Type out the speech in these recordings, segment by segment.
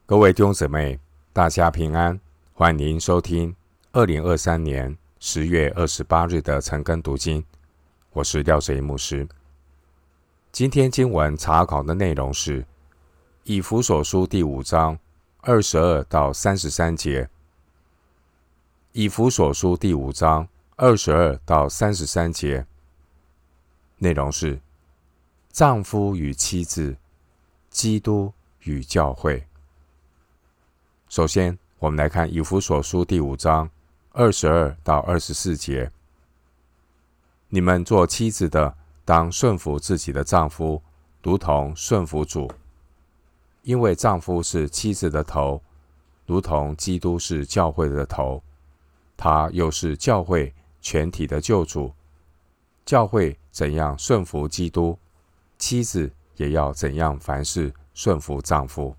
各位弟兄姊妹，大家平安，欢迎收听2023年10月28日的晨更读经。我是廖水牧师。今天经文查考的内容是以弗所书第5章22到33节。以弗所书第5章22到33节，内容是丈夫与妻子，基督与教会。首先，我们来看以弗所书第5章22到24节。你们做妻子的，当顺服自己的丈夫，如同顺服主。因为丈夫是妻子的头，如同基督是教会的头，他又是教会全体的救主。教会怎样顺服基督，妻子也要怎样凡事顺服丈夫。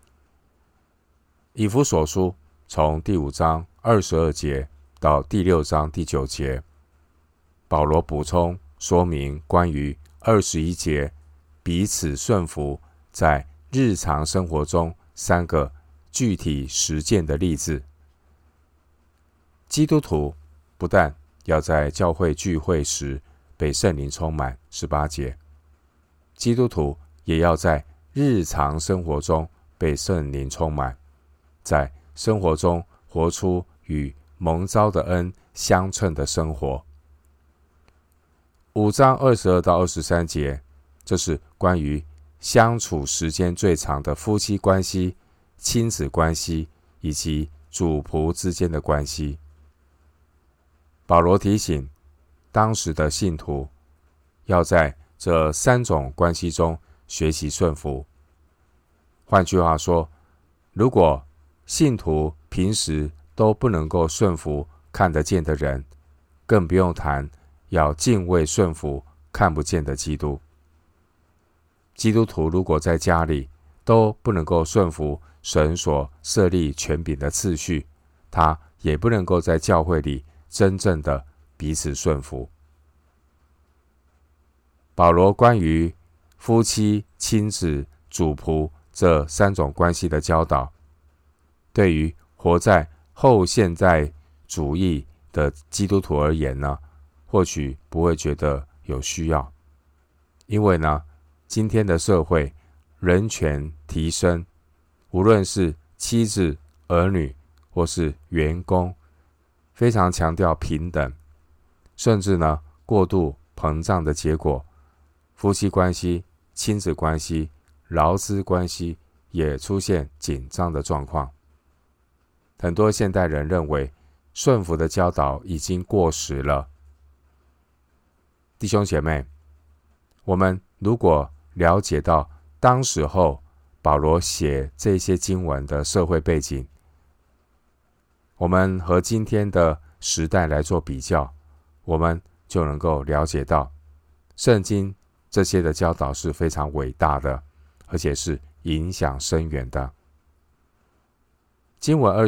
以弗所书从第5章22节到第6章第9节，保罗补充说明关于21节彼此顺服在日常生活中3个具体实践的例子。基督徒不但要在教会聚会时被圣灵充满18节，基督徒也要在日常生活中被圣灵充满，在生活中活出与蒙召的恩相称的生活。5章22到23节，这是关于相处时间最长的夫妻关系、亲子关系以及主仆之间的关系。保罗提醒当时的信徒要在这3种关系中学习顺服。换句话说，如果信徒平时都不能够顺服看得见的人，更不用谈要敬畏顺服看不见的基督。基督徒如果在家里都不能够顺服神所设立权柄的次序，他也不能够在教会里真正的彼此顺服。保罗关于夫妻、亲子、主仆这3种关系的教导，对于活在后现代主义的基督徒而言呢，或许不会觉得有需要。因为呢，今天的社会人权提升，无论是妻子、儿女或是员工，非常强调平等，甚至呢过度膨胀的结果，夫妻关系、亲子关系、劳资关系也出现紧张的状况。很多现代人认为顺服的教导已经过时了。弟兄姐妹，我们如果了解到当时候保罗写这些经文的社会背景，我们和今天的时代来做比较，我们就能够了解到圣经这些的教导是非常伟大的，而且是影响深远的。经文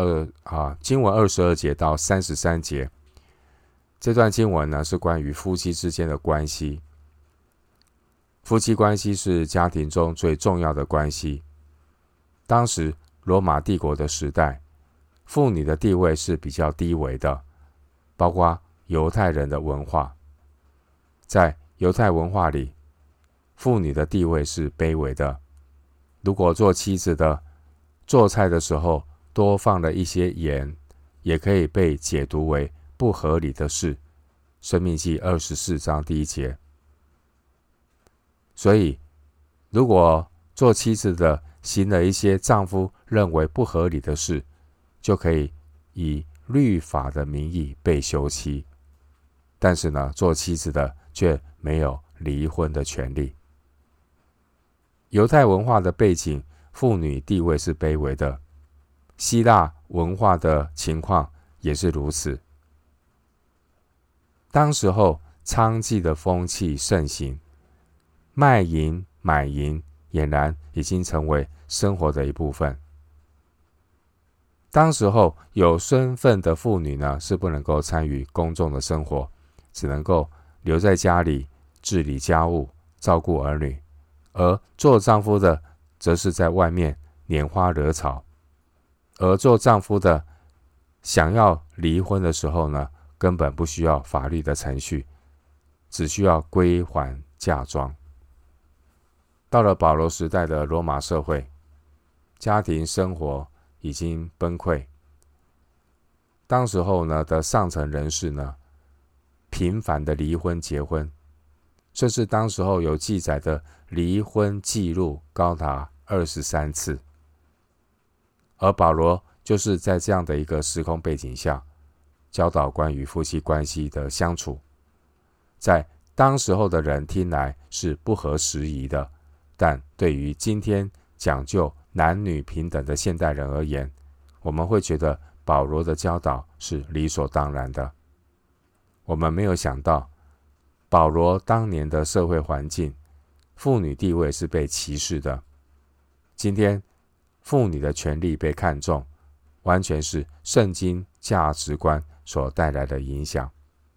22节到33节，这段经文呢是关于夫妻之间的关系。夫妻关系是家庭中最重要的关系。当时罗马帝国的时代，妇女的地位是比较低微的，包括犹太人的文化。在犹太文化里，妇女的地位是卑微的。如果做妻子的做菜的时候多放了一些盐，也可以被解读为不合理的事。申命记24章第1节。所以，如果做妻子的行了一些丈夫认为不合理的事，就可以以律法的名义被休妻。但是呢，做妻子的却没有离婚的权利。犹太文化的背景，妇女地位是卑微的。希腊文化的情况也是如此。当时候娼妓的风气盛行，卖淫买淫俨然已经成为生活的一部分。当时候有身份的妇女呢，是不能够参与公众的生活，只能够留在家里治理家务、照顾儿女，而做丈夫的则是在外面拈花惹草，而做丈夫的想要离婚的时候呢，根本不需要法律的程序，只需要归还嫁妆。到了保罗时代的罗马社会，家庭生活已经崩溃。当时候呢的上层人士呢，频繁的离婚结婚，甚至当时候有记载的离婚记录高达23次。而保罗就是在这样的一个时空背景下，教导关于夫妻关系的相处，在当时候的人听来是不合时宜的，但对于今天讲究男女平等的现代人而言，我们会觉得保罗的教导是理所当然的。我们没有想到，保罗当年的社会环境，妇女地位是被歧视的。今天，妇女的权利被看重，完全是圣经价值观所带来的影响。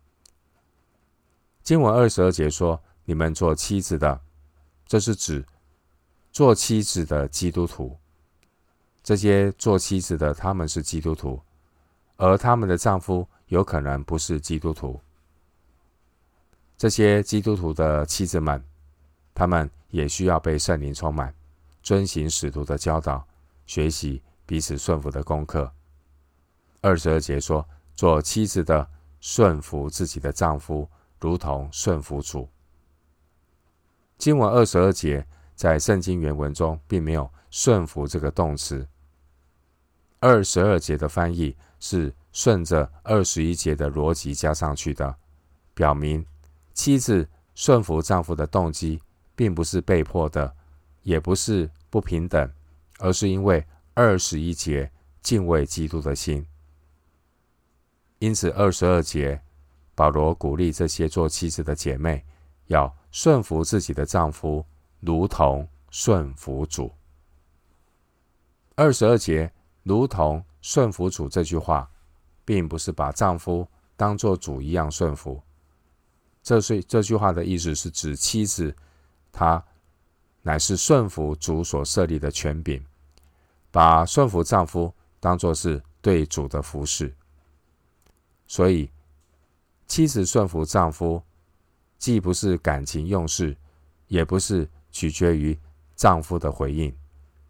经文22节说：“你们做妻子的”，这是指做妻子的基督徒。这些做妻子的，他们是基督徒，而他们的丈夫有可能不是基督徒。这些基督徒的妻子们，他们也需要被圣灵充满，遵行使徒的教导，学习彼此顺服的功课。22节说：“做妻子的顺服自己的丈夫，如同顺服主。”经文22节在圣经原文中并没有顺服这个动词。22节的翻译是顺着21节的逻辑加上去的，表明妻子顺服丈夫的动机并不是被迫的，也不是不平等，而是因为21节敬畏基督的心。因此22节保罗鼓励这些做妻子的姐妹要顺服自己的丈夫，如同顺服主。22节如同顺服主这句话，并不是把丈夫当作主一样顺服。这句话的意思是指妻子，她乃是顺服主所设立的权柄，把顺服丈夫当作是对主的服事。所以妻子顺服丈夫，既不是感情用事，也不是取决于丈夫的回应。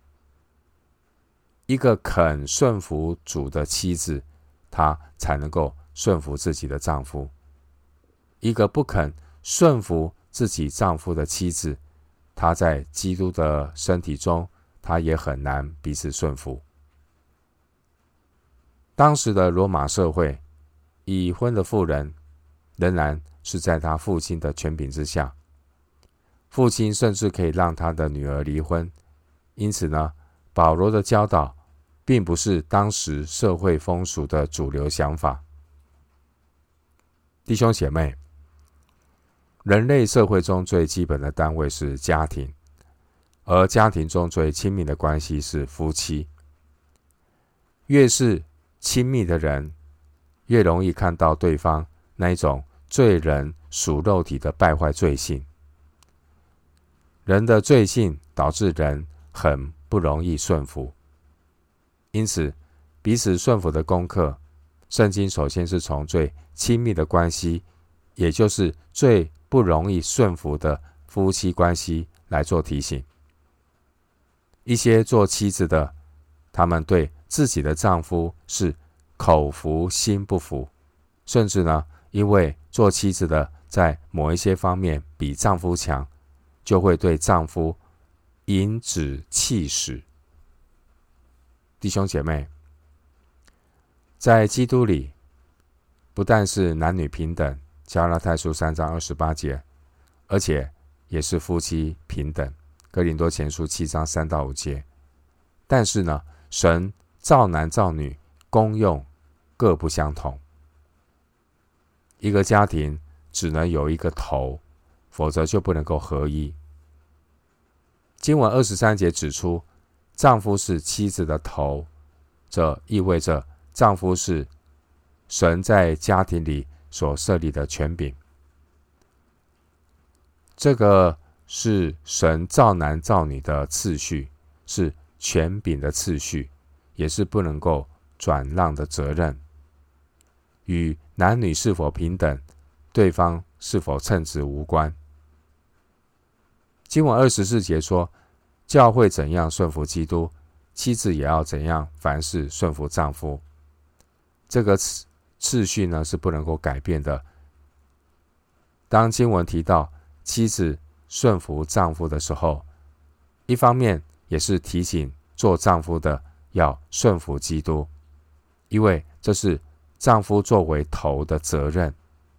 一个肯顺服主的妻子，她才能够顺服自己的丈夫。一个不肯顺服自己丈夫的妻子，她在基督的身体中，她也很难彼此顺服。当时的罗马社会，已婚的妇人仍然是在他父亲的权柄之下，父亲甚至可以让他的女儿离婚。因此呢，保罗的教导并不是当时社会风俗的主流想法。弟兄姐妹，人类社会中最基本的单位是家庭，而家庭中最亲密的关系是夫妻。越是亲密的人，越容易看到对方那一种罪人属肉体的败坏罪性。人的罪性导致人很不容易顺服，因此彼此顺服的功课，圣经首先是从最亲密的关系，也就是最不容易顺服的夫妻关系来做提醒。一些做妻子的，他们对自己的丈夫是口服心不服，甚至呢，因为做妻子的在某一些方面比丈夫强，就会对丈夫颍指气使。弟兄姐妹，在基督里，不但是男女平等，加拉太书3章28节，而且也是夫妻平等，哥林多前书7章3到5节。但是呢，神造男造女，功用各不相同。一个家庭只能有一个头，否则就不能够合一。经文23节指出，丈夫是妻子的头，这意味着丈夫是神在家庭里所设立的权柄。这个是神造男造女的次序，是权柄的次序，也是不能够转让的责任。与男女是否平等，对方是否称职无关。经文24节说，教会怎样顺服基督，妻子也要怎样凡事顺服丈夫。这个次序呢是不能够改变的。当经文提到妻子顺服丈夫的时候，一方面也是提醒做丈夫的要顺服基督，因为这是丈夫作为头的责任。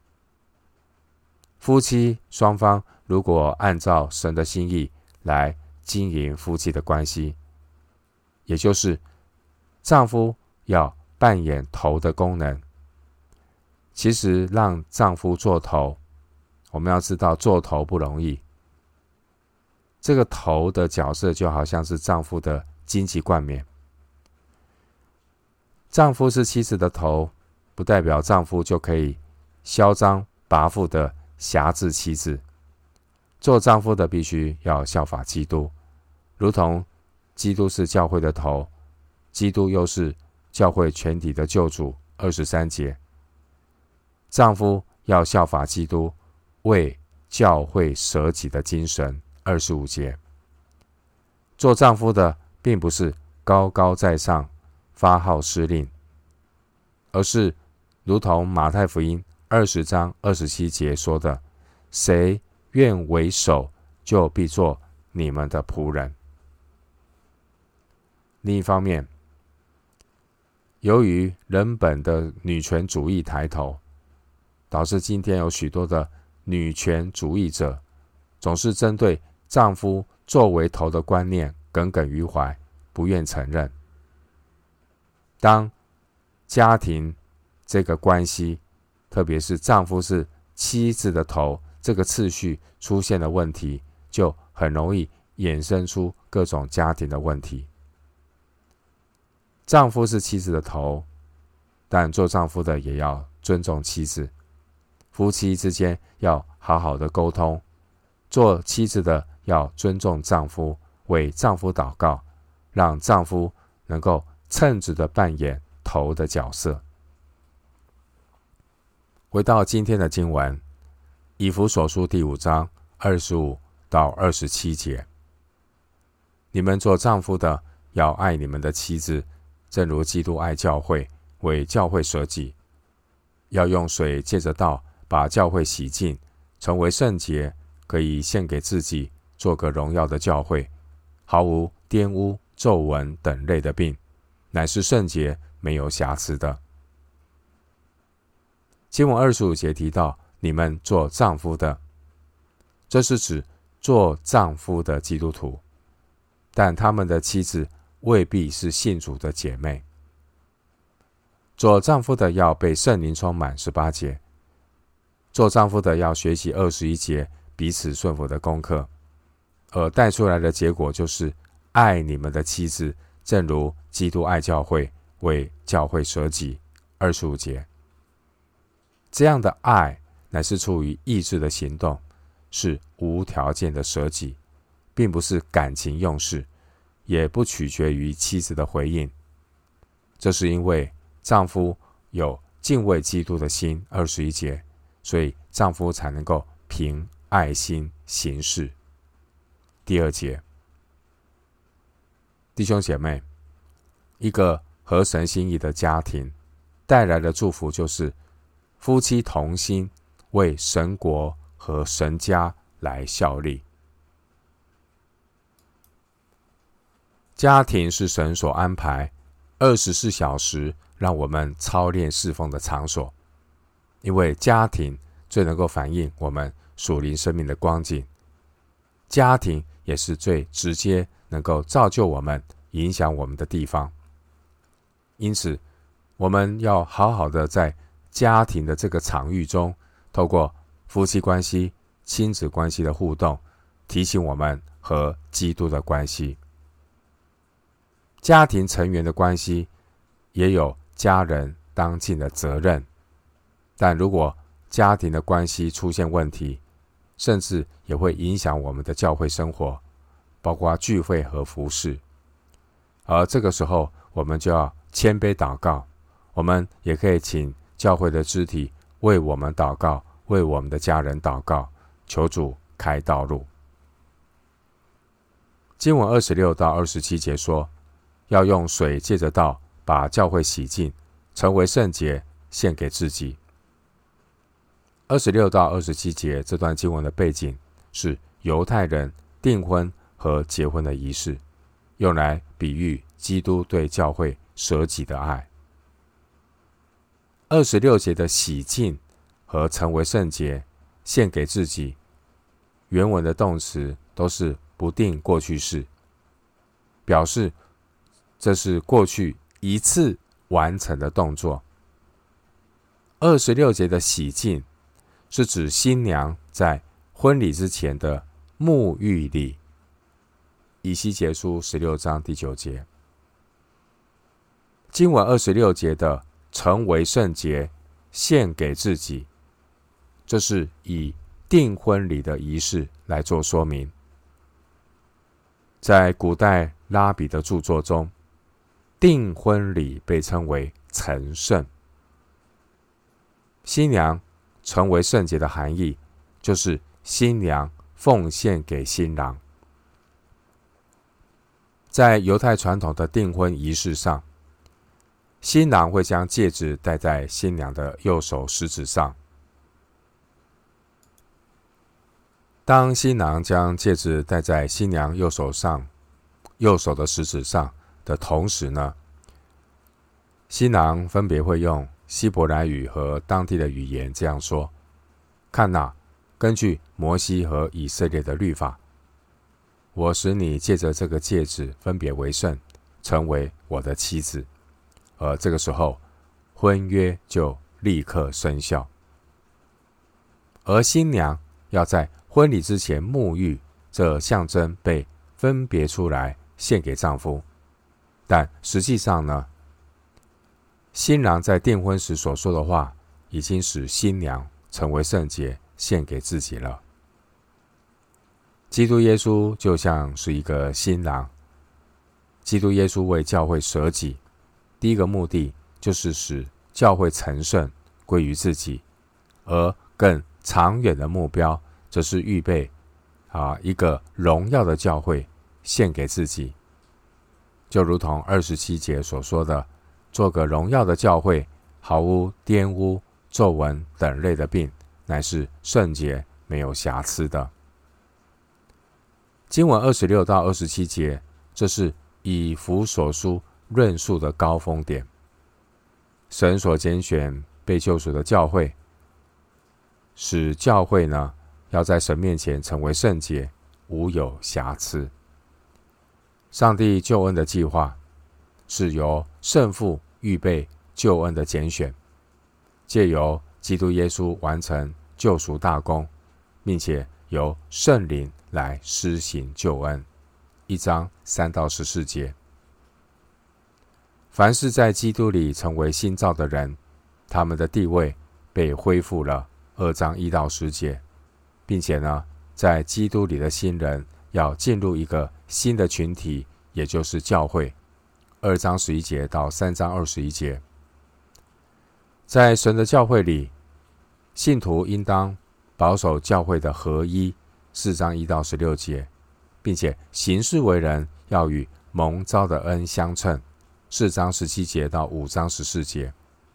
夫妻双方如果按照神的心意来经营夫妻的关系，也就是丈夫要扮演头的功能。其实让丈夫做头，我们要知道做头不容易。这个头的角色就好像是丈夫的荆棘冠冕。丈夫是妻子的头，不代表丈夫就可以嚣张跋扈的辖制妻子。做丈夫的必须要效法基督，如同基督是教会的头，基督又是教会全体的救主。23节，丈夫要效法基督为教会舍己的精神。25节，做丈夫的并不是高高在上发号施令，而是如同马太福音20章27节说的，谁愿为首，就必做你们的仆人。另一方面，由于人本的女权主义抬头，导致今天有许多的女权主义者总是针对丈夫作为头的观念耿耿于怀，不愿承认。当家庭这个关系，特别是丈夫是妻子的头，这个次序出现了问题，就很容易衍生出各种家庭的问题。丈夫是妻子的头，但做丈夫的也要尊重妻子。夫妻之间要好好的沟通，做妻子的要尊重丈夫，为丈夫祷告，让丈夫能够称职的扮演头的角色。回到今天的经文，以弗所书第5章25到27节，你们做丈夫的要爱你们的妻子，正如基督爱教会，为教会舍己，要用水借着道把教会洗净，成为圣洁，可以献给自己，做个荣耀的教会，毫无玷污、皱纹等类的病，乃是圣洁，没有瑕疵的。经文25节提到你们做丈夫的，这是指做丈夫的基督徒，但他们的妻子未必是信主的姐妹。做丈夫的要被圣灵充满18节，做丈夫的要学习21节彼此顺服的功课，而带出来的结果就是爱你们的妻子，正如基督爱教会，为教会舍己25节。这样的爱乃是出于意志的行动，是无条件的舍己，并不是感情用事，也不取决于妻子的回应。这是因为丈夫有敬畏基督的心21节，所以丈夫才能够凭爱心行事。第2节，弟兄姐妹，一个合神心意的家庭带来的祝福就是夫妻同心，为神国和神家来效力。家庭是神所安排24小时让我们操练侍奉的场所，因为家庭最能够反映我们属灵生命的光景，家庭也是最直接能够造就我们、影响我们的地方。因此，我们要好好的在家庭的这个场域中，透过夫妻关系、亲子关系的互动，提醒我们和基督的关系。家庭成员的关系也有家人当尽的责任，但如果家庭的关系出现问题，甚至也会影响我们的教会生活，包括聚会和服事。 而这个时候，我们就要谦卑祷告。我们也可以请教会的肢体为我们祷告，为我们的家人祷告，求主开道路。经文26到27节说，要用水借着道把教会洗净，成为圣洁，献给自己。26到27节这段经文的背景是犹太人订婚和结婚的仪式，用来比喻基督对教会舍己的爱。26节的洗净和成为圣洁，献给自己，原文的动词都是不定过去式，表示这是过去一次完成的动作。26节的洗净是指新娘在婚礼之前的沐浴礼，以西结书16章第9节。经文26节的成为圣洁，献给自己，这是以订婚礼的仪式来做说明。在古代拉比的著作中，订婚礼被称为成圣。新娘成为圣洁的含义，就是新娘奉献给新郎。在犹太传统的订婚仪式上，新郎会将戒指戴在新娘的右手食指上。当新郎将戒指戴在新娘右手的食指上的同时呢，新郎分别会用希伯来语和当地的语言这样说：看哪，根据摩西和以色列的律法，我使你借着这个戒指分别为圣，成为我的妻子。而这个时候，婚约就立刻生效。而新娘要在婚礼之前沐浴，这象征被分别出来献给丈夫。但实际上呢，新郎在订婚时所说的话，已经使新娘成为圣洁，献给自己了。基督耶稣就像是一个新郎，基督耶稣为教会舍己，第一个目的就是使教会成圣，归于自己，而更长远的目标则是预备一个荣耀的教会，献给自己。就如同27节所说的，做个荣耀的教会，毫无玷污、皱纹等类的病，乃是圣洁，没有瑕疵的。经文26到27节，这是以弗所书论述的高峰点。神所拣选被救赎的教会，使教会呢要在神面前成为圣洁，无有瑕疵。上帝救恩的计划是由圣父预备救恩的拣选，借由基督耶稣完成救赎大功，并且由圣灵来施行救恩。1章3到14节。凡是在基督里成为新造的人，他们的地位被恢复了。2章1到10节，并且呢，在基督里的新人要进入一个新的群体，也就是教会。2章11节到3章21节。在神的教会里，信徒应当保守教会的合一。4章1到16节，并且行事为人要与蒙召的恩相称。4章17节到5章14节。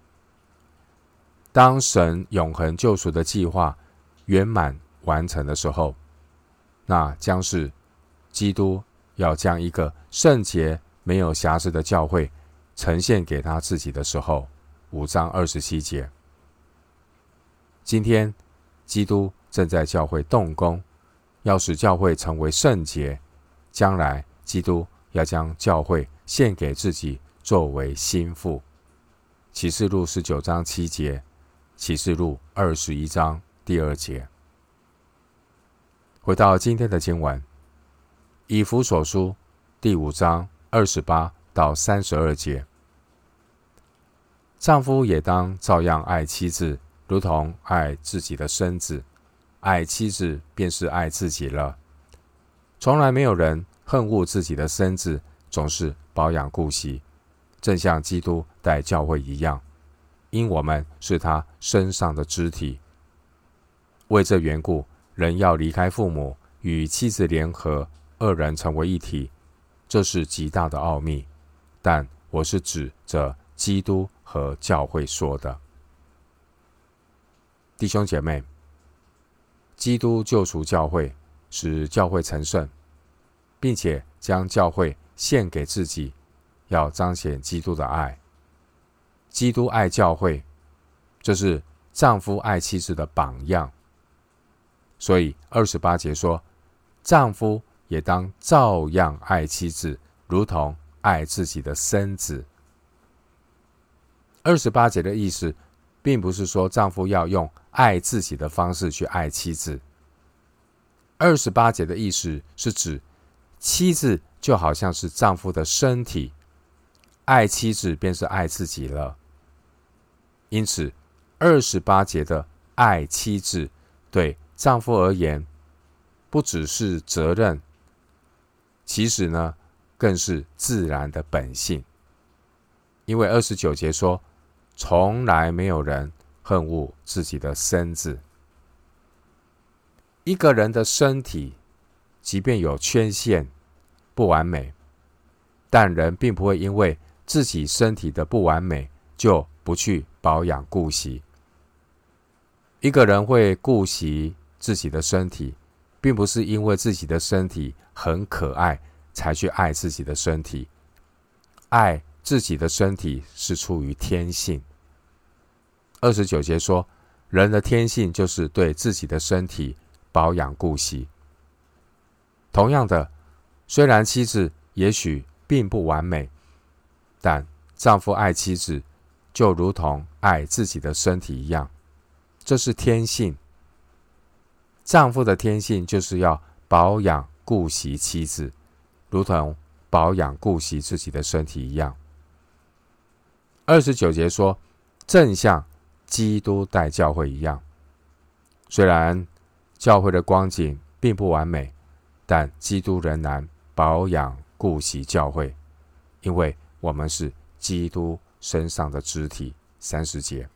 当神永恒救赎的计划圆满完成的时候，那将是基督要将一个圣洁没有瑕疵的教会呈现给他自己的时候。5章27节。今天基督正在教会动工，要使教会成为圣洁。将来基督要将教会献给自己，作为心腹。启示录19章7节，启示录21章第2节。回到今天的经文，以弗所书第5章28到32节。丈夫也当照样爱妻子，如同爱自己的身子。爱妻子便是爱自己了。从来没有人恨恶自己的身子， 总是保养顾惜，正像基督待教会一样，因我们是他身上的肢体。为这缘故，人要离开父母，与妻子联合，二人成为一体，这是极大的奥秘。但我是指着基督和教会说的。弟兄姐妹，基督救赎教会，使教会成圣，并且将教会献给自己，要彰显基督的爱。基督爱教会，这是丈夫爱妻子的榜样。所以28节说，丈夫也当照样爱妻子，如同爱自己的身子。28节的意思，并不是说丈夫要用爱自己的方式去爱妻子。28节的意思是指，妻子就好像是丈夫的身体，爱妻子便是爱自己了。因此28节的爱妻子，对丈夫而言，不只是责任，其实呢，更是自然的本性。因为29节说，从来没有人恨恶自己的身子。一个人的身体，即便有缺陷、不完美，但人并不会因为自己身体的不完美，就不去保养顾惜。一个人会顾惜自己的身体，并不是因为自己的身体很可爱才去爱自己的身体。爱自己的身体是出于天性。29节说，人的天性就是对自己的身体保养顾惜。同样的，虽然妻子也许并不完美，但丈夫爱妻子就如同爱自己的身体一样，这是天性。丈夫的天性就是要保养顾惜妻子，如同保养顾惜自己的身体一样。29节说，正像基督待教会一样。虽然教会的光景并不完美，但基督仍然保养顾惜教会，因为我们是基督身上的肢体。30节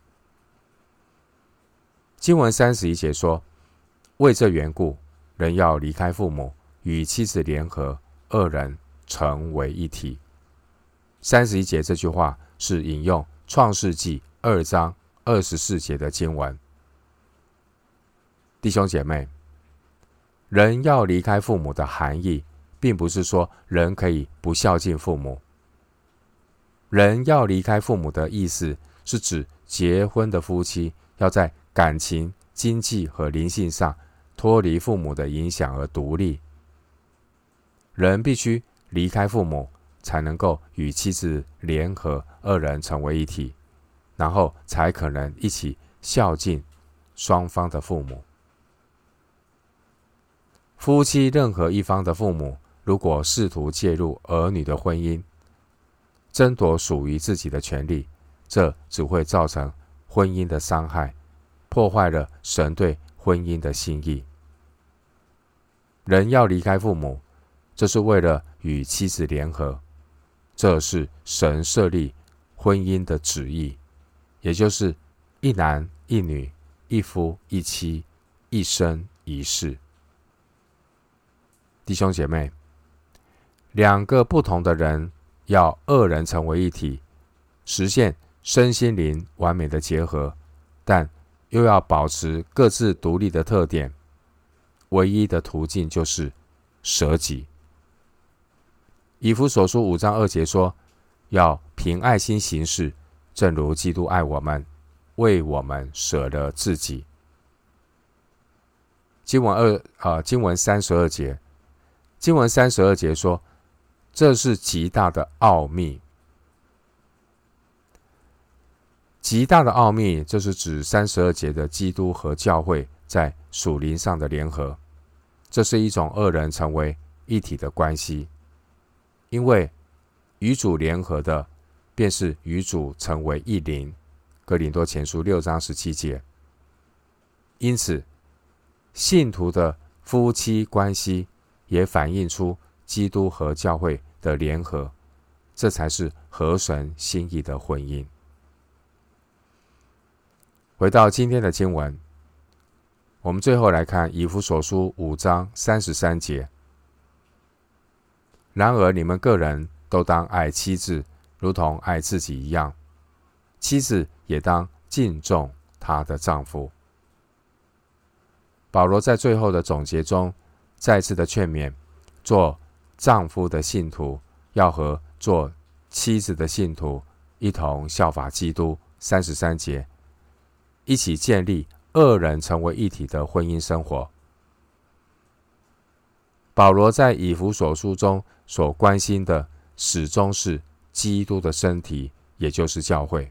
经文31节说，为这缘故，人要离开父母，与妻子联合，二人成为一体。31节这句话是引用创世纪2章24节的经文。弟兄姐妹，人要离开父母的含义，并不是说人可以不孝敬父母。人要离开父母的意思，是指结婚的夫妻要在感情、经济和灵性上脱离父母的影响而独立。人必须离开父母，才能够与妻子联合，二人成为一体，然后才可能一起孝敬双方的父母。夫妻任何一方的父母，如果试图介入儿女的婚姻，争夺属于自己的权利，这只会造成婚姻的伤害，破坏了神对婚姻的心意。人要离开父母，这是为了与妻子联合，这是神设立婚姻的旨意，也就是一男一女，一夫一妻，一生一世。弟兄姐妹，两个不同的人要二人成为一体，实现身心灵完美的结合，但又要保持各自独立的特点，唯一的途径就是舍己。以弗所书5章2节说，要凭爱心行事，正如基督爱我们，为我们舍了自己。经文32节，经文32节说，这是极大的奥秘。极大的奥秘，这是指32节的基督和教会在属灵上的联合，这是一种二人成为一体的关系。因为与主联合的，便是与主成为一灵。哥林多前书6章17节。因此，信徒的夫妻关系也反映出基督和教会的联合，这才是合神心意的婚姻。回到今天的经文，我们最后来看以弗所书5章33节。然而你们个人都当爱妻子，如同爱自己一样，妻子也当敬重她的丈夫。保罗在最后的总结中，再次的劝勉做丈夫的信徒要和做妻子的信徒一同效法基督。33节，一起建立二人成为一体的婚姻生活。保罗在以弗所书中所关心的始终是基督的身体，也就是教会。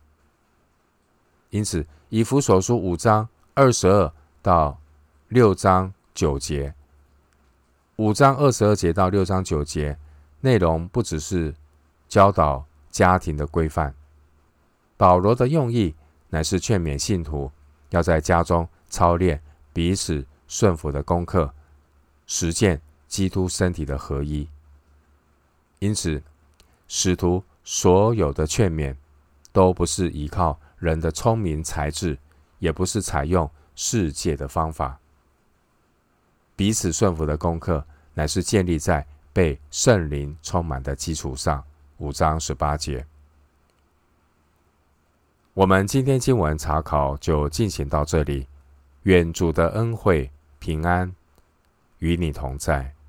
因此以弗所书5章22到6章9节，5章22节到6章9节内容不只是教导家庭的规范，保罗的用意乃是劝勉信徒要在家中操练彼此顺服的功课，实践基督身体的合一。因此使徒所有的劝勉都不是依靠人的聪明才智，也不是采用世界的方法。彼此顺服的功课乃是建立在被圣灵充满的基础上。5章18节。我们今天经文查考就进行到这里，愿主的恩惠平安与你同在。